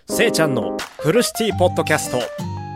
せいちゃんのフルシティポッドキャスト。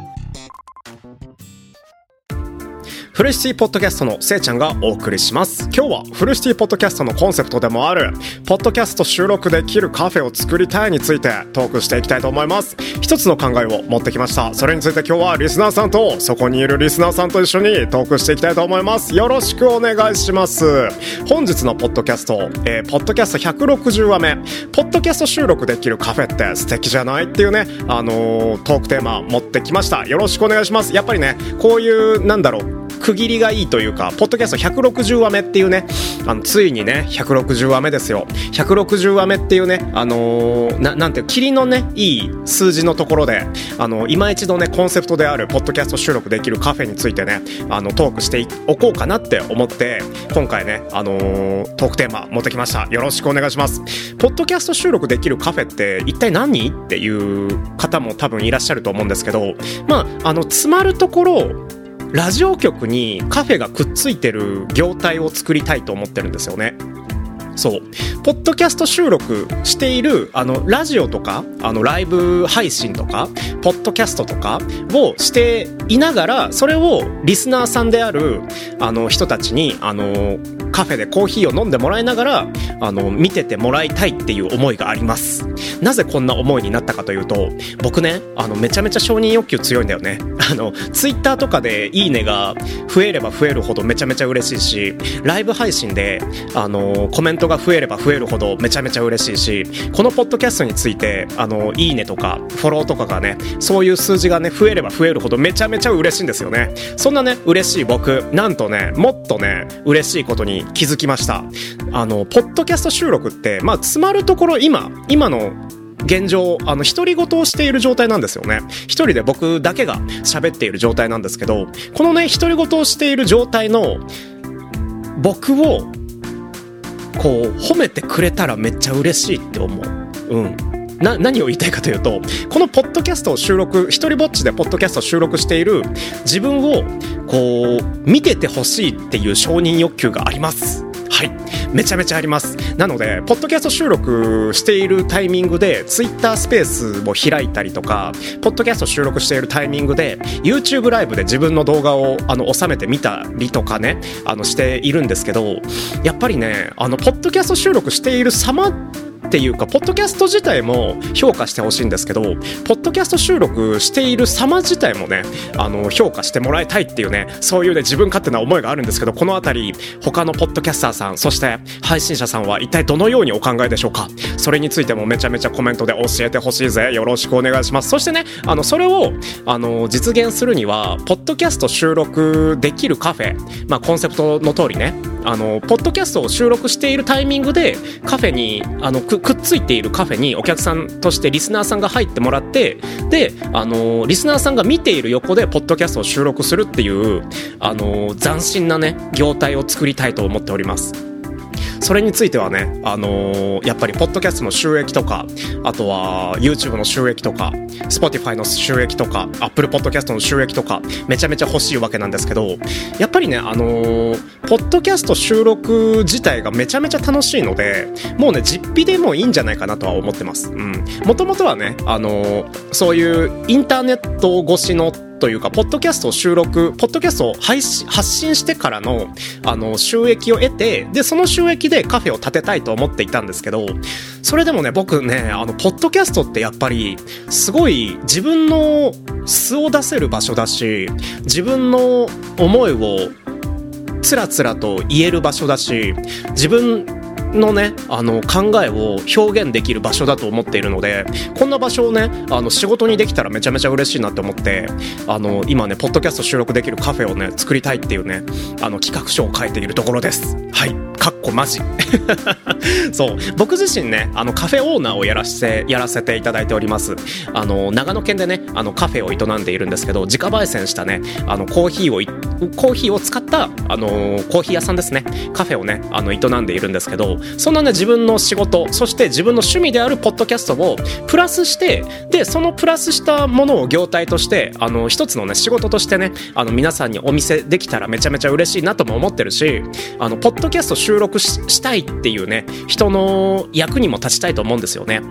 フルシティポッドキャストのせいちゃんがお送りします。今日はフルシティポッドキャストのコンセプトでもあるポッドキャスト収録できるカフェを作りたいについてトークしていきたいと思います。一つの考えを持ってきました。それについて今日はリスナーさんとそこにいるリスナーさんと一緒にトークしていきたいと思います。よろしくお願いします。本日のポッドキャスト、ポッドキャスト160話目、ポッドキャスト収録できるカフェって素敵じゃないっていうね、トークテーマ持ってきました。よろしくお願いします。やっぱりね、こういう区切りがいいというか、ポッドキャスト160話目っていうね、ついにね160話目ですよ。160話目っていうね、なんていう霧のねいい数字のところで、今一度ねコンセプトであるポッドキャスト収録できるカフェについてねトークしておこうかなって思って、今回ねトークテーマ持ってきました。よろしくお願いします。ポッドキャスト収録できるカフェって一体何っていう方も多分いらっしゃると思うんですけど、詰まるところラジオ局にカフェがくっついてる業態を作りたいと思ってるんですよね。そう、ポッドキャスト収録しているラジオとかライブ配信とかポッドキャストとかをしていながら、それをリスナーさんである人たちにカフェでコーヒーを飲んでもらいながら見ててもらいたいっていう思いがあります。なぜこんな思いになったかというと、僕ねめちゃめちゃ承認欲求強いんだよね。ツイッターとかでいいねが増えれば増えるほどめちゃめちゃ嬉しいし、ライブ配信でコメントが増えれば増えるほどめちゃめちゃ嬉しいし、このポッドキャストについていいねとかフォローとかがね、そういう数字がね増えれば増えるほどめちゃめちゃ嬉しいんですよね。そんなね嬉しい僕、なんとねもっとね嬉しいことに気づきました。ポッドキャスト収録って詰まるところ今の現状独り言をしている状態なんですよね。一人で僕だけが喋っている状態なんですけど、このね独り言をしている状態の僕をこう褒めてくれたらめっちゃ嬉しいって思う。何を言いたいかというと、このポッドキャストを収録、一人ぼっちでポッドキャストを収録している自分をこう見ててほしいっていう承認欲求があります。はい、めちゃめちゃあります。なのでポッドキャスト収録しているタイミングでツイッタースペースを開いたりとか、ポッドキャスト収録しているタイミングで YouTube ライブで自分の動画を収めてみたりとかねしているんですけど、やっぱりねポッドキャスト収録している様っていうか、ポッドキャスト自体も評価してほしいんですけど、ポッドキャスト収録している様自体もね評価してもらいたいっていうね、そういうね自分勝手な思いがあるんですけど、このあたり他のポッドキャスターさん、そして配信者さんは一体どのようにお考えでしょうか。それについてもめちゃめちゃコメントで教えてほしいぜ。よろしくお願いします。そしてねそれを実現するにはポッドキャスト収録できるカフェ、コンセプトの通りねポッドキャストを収録しているタイミングでカフェにくっついているカフェにお客さんとしてリスナーさんが入ってもらって、でリスナーさんが見ている横でポッドキャストを収録するっていう斬新なね業態を作りたいと思っております。それについてはねやっぱりポッドキャストの収益とか、あとは YouTube の収益とか Spotify の収益とか Apple Podcast の収益とかめちゃめちゃ欲しいわけなんですけど、やっぱりねポッドキャスト収録自体がめちゃめちゃ楽しいので、もうね実費でもいいんじゃないかなとは思ってます。もともとはねそういうインターネット越しのというかポッドキャストを収録、ポッドキャストを発信してからの収益を得て、でその収益でカフェを建てたいと思っていたんですけど、それでもね僕ねポッドキャストってやっぱりすごい自分の素を出せる場所だし、自分の思いをつらつらと言える場所だし、自分のね考えを表現できる場所だと思っているので、こんな場所をね仕事にできたらめちゃめちゃ嬉しいなって思って、今ねポッドキャスト収録できるカフェをね作りたいっていうね企画書を書いているところです。はい、かっこマジそう、僕自身ねカフェオーナーをやらせていただいております。長野県でねカフェを営んでいるんですけど、自家焙煎したねコーヒーを使ったコーヒー屋さんですね、カフェをね営んでいるんですけど、そんなね自分の仕事、そして自分の趣味であるポッドキャストをプラスして、でそのプラスしたものを業態として一つのね仕事としてね皆さんにお見せできたらめちゃめちゃ嬉しいなとも思ってるし、ポッドキャスト収録したいっていうね人の役にも立ちたいと思うんですよね。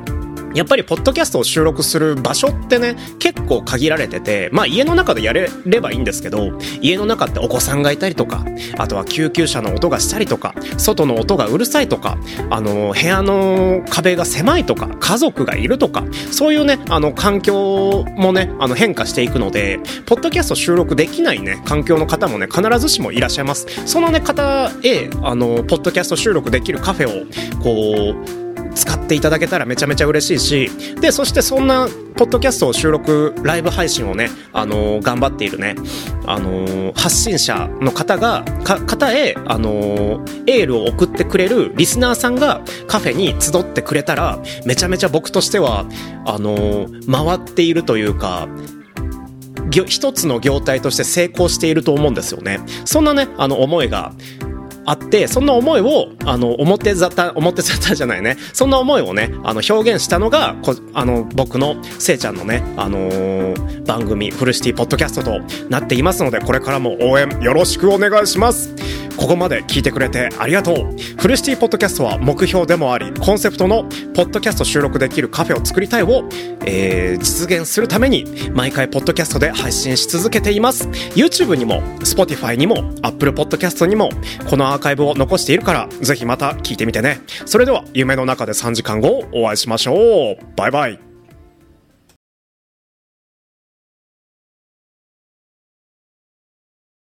やっぱりポッドキャストを収録する場所ってね、結構限られてて、まあ家の中でやれればいいんですけど、家の中ってお子さんがいたりとか、あとは救急車の音がしたりとか、外の音がうるさいとか、部屋の壁が狭いとか、家族がいるとか、そういうね、環境もね、変化していくので、ポッドキャスト収録できないね、環境の方もね、必ずしもいらっしゃいます。そのね、方へ、ポッドキャスト収録できるカフェを、こう、使っていただけたらめちゃめちゃ嬉しいし、でそしてそんなポッドキャストを収録ライブ配信をね、頑張っているね、発信者の方へ、エールを送ってくれるリスナーさんがカフェに集ってくれたら、めちゃめちゃ僕としては回っているというか、一つの業態として成功していると思うんですよね。そんなね思いがあって、そんな思いを表沙汰じゃないね、そんな思いをね表現したのが僕のせいちゃんのね番組フルシティポッドキャストとなっていますので、これからも応援よろしくお願いします。ここまで聞いてくれてありがとう。フルシティポッドキャストは目標でもあり、コンセプトのポッドキャスト収録できるカフェを作りたいを、実現するために毎回ポッドキャストで配信し続けています。 YouTube にも Spotify にも Apple Podcast にもこのアーカイブを残しているから、ぜひまた聞いてみてね。それでは夢の中で3時間後お会いしましょう。バイバイ。